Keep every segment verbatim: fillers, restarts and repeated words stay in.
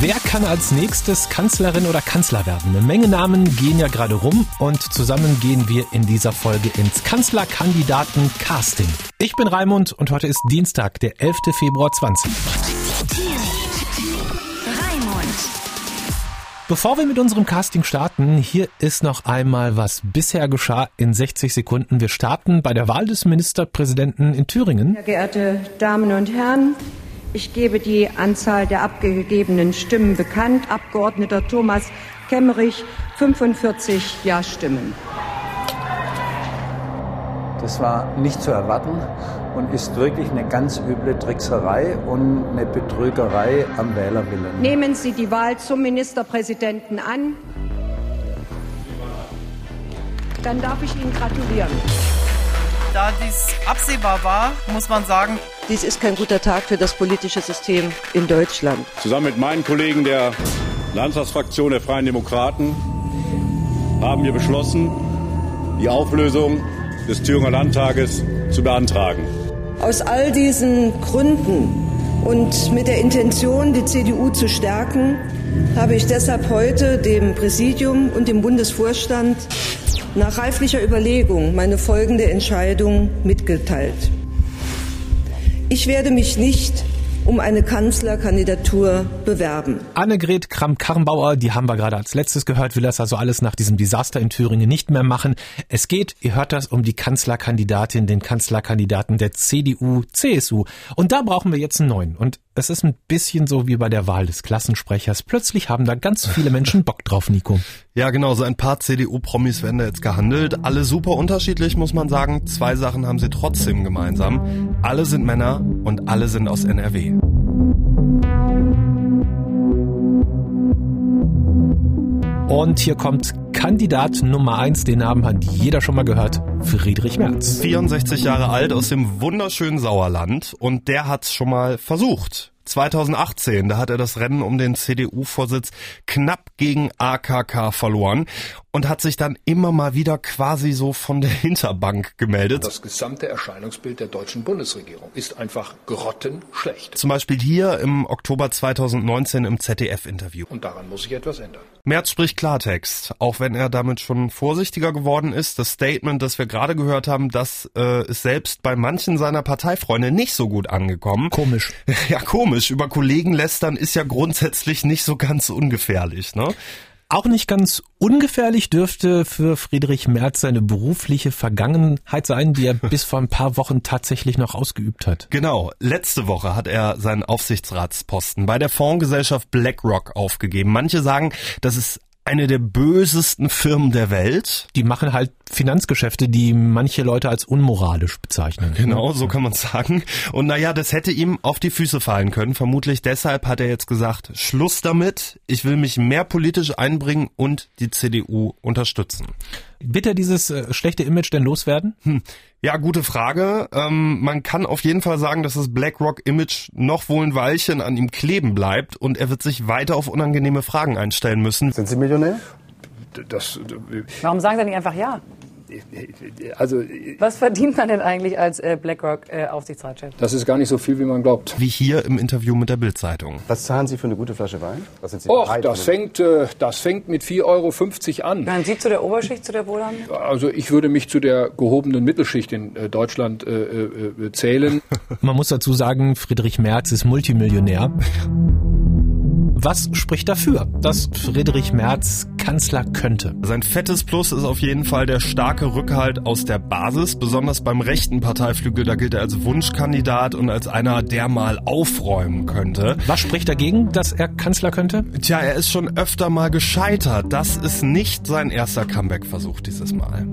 Wer kann als nächstes Kanzlerin oder Kanzler werden? Eine Menge Namen gehen ja gerade rum und zusammen gehen wir in dieser Folge ins Kanzlerkandidaten-Casting. Ich bin Raimund und heute ist Dienstag, der elfter Februar zwanzig. Bevor wir mit unserem Casting starten, hier ist noch einmal, was bisher geschah in sechzig Sekunden. Wir starten bei der Wahl des Ministerpräsidenten in Thüringen. Sehr geehrte Damen und Herren, ich gebe die Anzahl der abgegebenen Stimmen bekannt. Abgeordneter Thomas Kemmerich, fünfundvierzig Ja-Stimmen. Das war nicht zu erwarten und ist wirklich eine ganz üble Trickserei und eine Betrügerei am Wählerwillen. Nehmen Sie die Wahl zum Ministerpräsidenten an. Dann darf ich Ihnen gratulieren. Da dies absehbar war, muss man sagen, dies ist kein guter Tag für das politische System in Deutschland. Zusammen mit meinen Kollegen der Landtagsfraktion der Freien Demokraten haben wir beschlossen, die Auflösung des Thüringer Landtages zu beantragen. Aus all diesen Gründen und mit der Intention, die C D U zu stärken, habe ich deshalb heute dem Präsidium und dem Bundesvorstand nach reiflicher Überlegung meine folgende Entscheidung mitgeteilt. Ich werde mich nicht um eine Kanzlerkandidatur bewerben. Annegret Kramp-Karrenbauer, die haben wir gerade als letztes gehört, will das also alles nach diesem Desaster in Thüringen nicht mehr machen. Es geht, ihr hört das, um die Kanzlerkandidatin, den Kanzlerkandidaten der C D U C S U. Und da brauchen wir jetzt einen neuen. Und es ist ein bisschen so wie bei der Wahl des Klassensprechers. Plötzlich haben da ganz viele Menschen Bock drauf, Nico. Ja, genau, so ein paar C D U-Promis werden da jetzt gehandelt. Alle super unterschiedlich, muss man sagen. Zwei Sachen haben sie trotzdem gemeinsam. Alle sind Männer und alle sind aus N R W. Und hier kommt Kandidat Nummer eins, den Namen hat jeder schon mal gehört, Friedrich Merz. vierundsechzig Jahre alt, aus dem wunderschönen Sauerland, und der hat's schon mal versucht. zweitausendachtzehn, da hat er das Rennen um den C D U-Vorsitz knapp gegen A K K verloren und hat sich dann immer mal wieder quasi so von der Hinterbank gemeldet. Das gesamte Erscheinungsbild der deutschen Bundesregierung ist einfach grottenschlecht. Zum Beispiel hier im Oktober zweitausendneunzehn im Z D F-Interview. Und daran muss sich etwas ändern. Merz spricht Klartext, auch wenn er damit schon vorsichtiger geworden ist. Das Statement, das wir gerade gehört haben, das äh, ist selbst bei manchen seiner Parteifreunde nicht so gut angekommen. Komisch. Ja, komisch. Über Kollegen lästern ist ja grundsätzlich nicht so ganz ungefährlich, ne? Auch nicht ganz ungefährlich dürfte für Friedrich Merz seine berufliche Vergangenheit sein, die er bis vor ein paar Wochen tatsächlich noch ausgeübt hat. Genau. Letzte Woche hat er seinen Aufsichtsratsposten bei der Fondsgesellschaft BlackRock aufgegeben. Manche sagen, das ist eine der bösesten Firmen der Welt. Die machen halt Finanzgeschäfte, die manche Leute als unmoralisch bezeichnen. Genau, so kann man sagen. Und naja, das hätte ihm auf die Füße fallen können. Vermutlich deshalb hat er jetzt gesagt, Schluss damit, ich will mich mehr politisch einbringen und die C D U unterstützen. Wird er dieses äh, schlechte Image denn loswerden? Hm. Ja, gute Frage. Ähm, man kann auf jeden Fall sagen, dass das BlackRock-Image noch wohl ein Weilchen an ihm kleben bleibt und er wird sich weiter auf unangenehme Fragen einstellen müssen. Sind Sie Millionär? Das, Warum sagen Sie nicht einfach ja? also, Was verdient man denn eigentlich als äh, BlackRock-Aufsichtsratschef? das ist gar nicht so viel, wie man glaubt. Wie hier im Interview mit der Bild-Zeitung. Was zahlen Sie für eine gute Flasche Wein? Was sind Sie Och, bereit das für? fängt, äh, das fängt mit vier Euro fünfzig an. Gehören Sie zu der Oberschicht, zu der Wohlhabenden? Also ich würde mich zu der gehobenen Mittelschicht in äh, Deutschland äh, äh, zählen. Man muss dazu sagen, Friedrich Merz ist Multimillionär. Was spricht dafür, dass Friedrich Merz Kanzler könnte? Sein fettes Plus ist auf jeden Fall der starke Rückhalt aus der Basis. Besonders beim rechten Parteiflügel, da gilt er als Wunschkandidat und als einer, der mal aufräumen könnte. Was spricht dagegen, dass er Kanzler könnte? Tja, er ist schon öfter mal gescheitert. Das ist nicht sein erster Comeback-Versuch dieses Mal.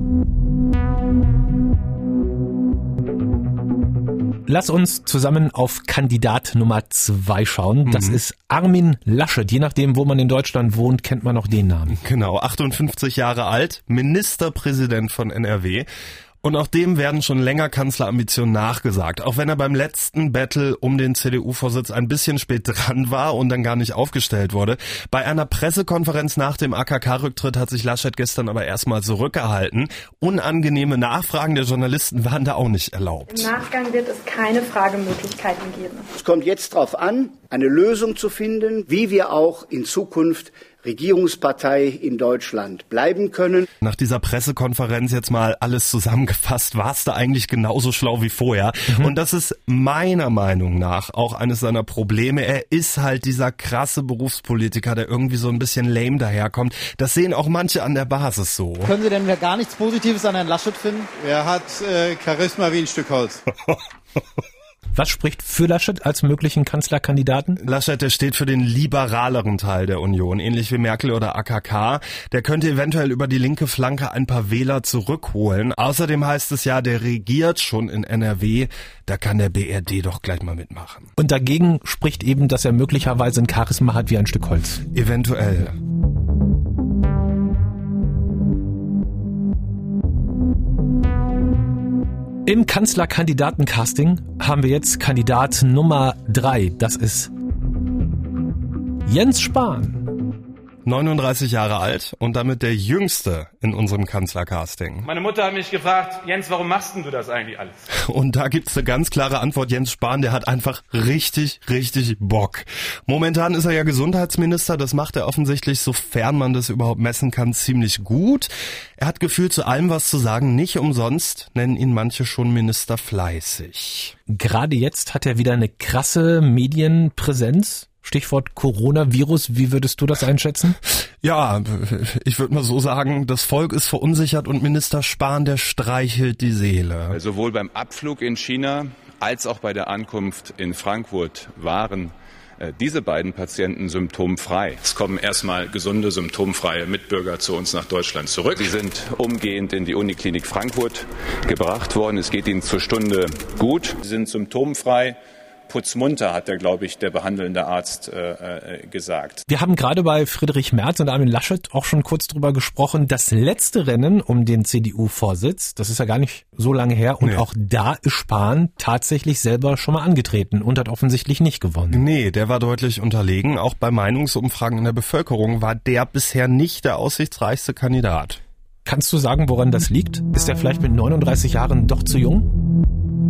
Lass uns zusammen auf Kandidat Nummer zwei schauen. Das mhm. ist Armin Laschet. Je nachdem, wo man in Deutschland wohnt, kennt man noch den Namen. Genau, achtundfünfzig Jahre alt, Ministerpräsident von N R W. Und auch dem werden schon länger Kanzlerambitionen nachgesagt. Auch wenn er beim letzten Battle um den C D U-Vorsitz ein bisschen spät dran war und dann gar nicht aufgestellt wurde. Bei einer Pressekonferenz nach dem A K K-Rücktritt hat sich Laschet gestern aber erstmal zurückgehalten. Unangenehme Nachfragen der Journalisten waren da auch nicht erlaubt. Im Nachgang wird es keine Fragemöglichkeiten geben. Es kommt jetzt darauf an, eine Lösung zu finden, wie wir auch in Zukunft Regierungspartei in Deutschland bleiben können. Nach dieser Pressekonferenz jetzt mal alles zusammengefasst, war's da eigentlich genauso schlau wie vorher. Mhm. Und das ist meiner Meinung nach auch eines seiner Probleme. Er ist halt dieser krasse Berufspolitiker, der irgendwie so ein bisschen lame daherkommt. Das sehen auch manche an der Basis so. Können Sie denn gar nichts Positives an Herrn Laschet finden? Er hat äh, Charisma wie ein Stück Holz. Was spricht für Laschet als möglichen Kanzlerkandidaten? Laschet, der steht für den liberaleren Teil der Union, ähnlich wie Merkel oder A K K. Der könnte eventuell über die linke Flanke ein paar Wähler zurückholen. Außerdem heißt es ja, der regiert schon in N R W. Da kann der B R D doch gleich mal mitmachen. Und dagegen spricht eben, dass er möglicherweise ein Charisma hat wie ein Stück Holz. Eventuell. Im Kanzlerkandidatencasting haben wir jetzt Kandidat Nummer drei. Das ist Jens Spahn. neununddreißig Jahre alt und damit der Jüngste in unserem Kanzlercasting. Meine Mutter hat mich gefragt, Jens, warum machst denn du das eigentlich alles? Und da gibt's eine ganz klare Antwort. Jens Spahn, der hat einfach richtig, richtig Bock. Momentan ist er ja Gesundheitsminister. Das macht er offensichtlich, sofern man das überhaupt messen kann, ziemlich gut. Er hat gefühlt zu allem was zu sagen. Nicht umsonst nennen ihn manche schon Minister fleißig. Gerade jetzt hat er wieder eine krasse Medienpräsenz. Stichwort Coronavirus, wie würdest du das einschätzen? Ja, ich würde mal so sagen, das Volk ist verunsichert und Minister Spahn, der streichelt die Seele. Sowohl beim Abflug in China als auch bei der Ankunft in Frankfurt waren äh, diese beiden Patienten symptomfrei. Es kommen erstmal gesunde, symptomfreie Mitbürger zu uns nach Deutschland zurück. Sie sind umgehend in die Uniklinik Frankfurt gebracht worden. Es geht ihnen zur Stunde gut. Sie sind symptomfrei. Putzmunter, hat der, glaube ich, der behandelnde Arzt äh, gesagt. Wir haben gerade bei Friedrich Merz und Armin Laschet auch schon kurz drüber gesprochen. Das letzte Rennen um den C D U-Vorsitz, das ist ja gar nicht so lange her. Und nee. Auch da ist Spahn tatsächlich selber schon mal angetreten und hat offensichtlich nicht gewonnen. Nee, der war deutlich unterlegen. Auch bei Meinungsumfragen in der Bevölkerung war der bisher nicht der aussichtsreichste Kandidat. Kannst du sagen, woran das liegt? Ist er vielleicht mit neununddreißig Jahren doch zu jung?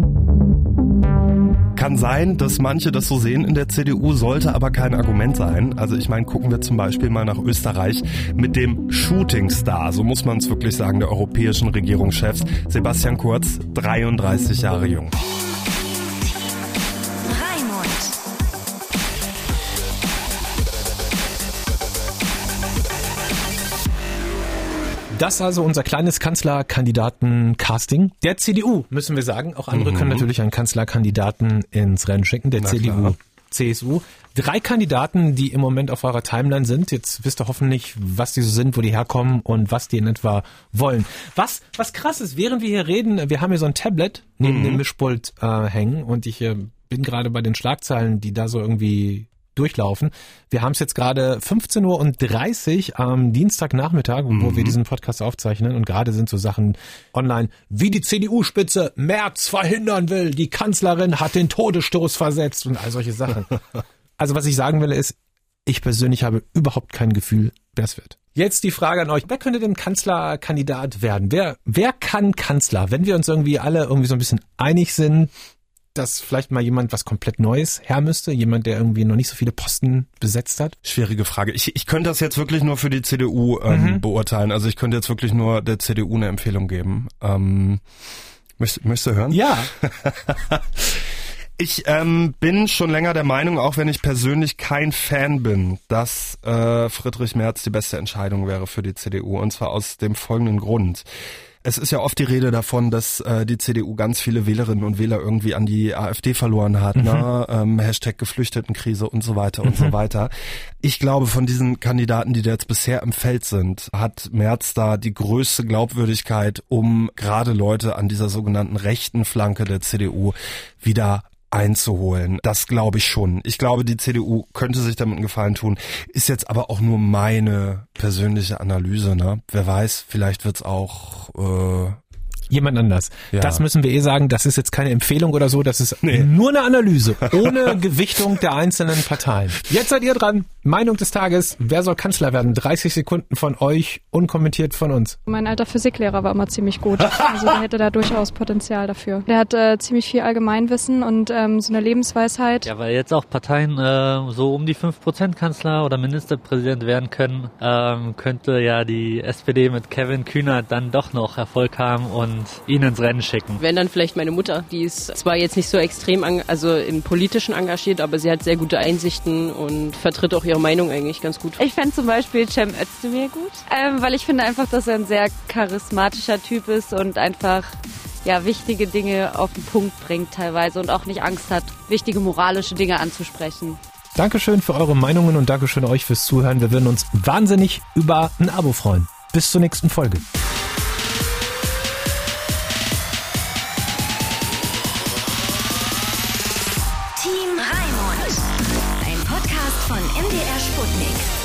Kann sein, dass manche das so sehen in der C D U, sollte aber kein Argument sein. Also ich meine, gucken wir zum Beispiel mal nach Österreich mit dem Shootingstar, so muss man es wirklich sagen, der europäischen Regierungschefs, Sebastian Kurz, dreiunddreißig Jahre jung. Das ist also unser kleines Kanzlerkandidaten-Casting. Der C D U, müssen wir sagen. Auch andere mhm. können natürlich einen Kanzlerkandidaten ins Rennen schicken. Der Na C D U, klar. C S U. Drei Kandidaten, die im Moment auf eurer Timeline sind. Jetzt wisst ihr hoffentlich, was die so sind, wo die herkommen und was die in etwa wollen. Was, was krass ist, während wir hier reden, wir haben hier so ein Tablet neben mhm. dem Mischpult äh, hängen und ich äh, bin gerade bei den Schlagzeilen, die da so irgendwie durchlaufen. Wir haben es jetzt gerade fünfzehn Uhr dreißig am Dienstagnachmittag, wo mhm. wir diesen Podcast aufzeichnen und gerade sind so Sachen online, wie die C D U-Spitze Merz verhindern will, die Kanzlerin hat den Todesstoß versetzt und all solche Sachen. Also was ich sagen will ist, ich persönlich habe überhaupt kein Gefühl, wer es wird. Jetzt die Frage an euch, wer könnte denn Kanzlerkandidat werden? Wer, wer kann Kanzler? Wenn wir uns irgendwie alle irgendwie so ein bisschen einig sind, dass vielleicht mal jemand was komplett Neues her müsste? Jemand, der irgendwie noch nicht so viele Posten besetzt hat? Schwierige Frage. Ich, ich könnte das jetzt wirklich nur für die C D U ähm, mhm. beurteilen. Also ich könnte jetzt wirklich nur der C D U eine Empfehlung geben. Ähm, möchtest, möchtest du hören? Ja. Ich ähm, bin schon länger der Meinung, auch wenn ich persönlich kein Fan bin, dass äh, Friedrich Merz die beste Entscheidung wäre für die C D U. Und zwar aus dem folgenden Grund. Es ist ja oft die Rede davon, dass äh, die C D U ganz viele Wählerinnen und Wähler irgendwie an die AfD verloren hat, mhm. ne? ähm, Hashtag Geflüchtetenkrise und so weiter und mhm. so weiter. Ich glaube, von diesen Kandidaten, die da jetzt bisher im Feld sind, hat Merz da die größte Glaubwürdigkeit, um gerade Leute an dieser sogenannten rechten Flanke der C D U wieder einzuholen. Das glaube ich schon. Ich glaube, die C D U könnte sich damit einen Gefallen tun. Ist jetzt aber auch nur meine persönliche Analyse, ne? Wer weiß, vielleicht wird's auch äh, Jemand anders. Ja. Das müssen wir eh sagen, das ist jetzt keine Empfehlung oder so, das ist Nee. nur eine Analyse, ohne Gewichtung der einzelnen Parteien. Jetzt seid ihr dran. Meinung des Tages. Wer soll Kanzler werden? dreißig Sekunden von euch, unkommentiert von uns. Mein alter Physiklehrer war immer ziemlich gut. Also der hätte da durchaus Potenzial dafür. Der hat äh, ziemlich viel Allgemeinwissen und ähm, so eine Lebensweisheit. Ja, weil jetzt auch Parteien äh, so um die fünf Prozent Kanzler oder Ministerpräsident werden können, ähm, könnte ja die S P D mit Kevin Kühnert dann doch noch Erfolg haben und ihn ins Rennen schicken. Wenn dann vielleicht meine Mutter, die ist zwar jetzt nicht so extrem an, also im Politischen engagiert, aber sie hat sehr gute Einsichten und vertritt auch ihre Meinung eigentlich ganz gut. Ich fände zum Beispiel Cem Özdemir gut, ähm, weil ich finde einfach, dass er ein sehr charismatischer Typ ist und einfach ja wichtige Dinge auf den Punkt bringt teilweise und auch nicht Angst hat, wichtige moralische Dinge anzusprechen. Dankeschön für eure Meinungen und Dankeschön euch fürs Zuhören. Wir würden uns wahnsinnig über ein Abo freuen. Bis zur nächsten Folge. Team Raimund. Ein Podcast von M D R Sputnik.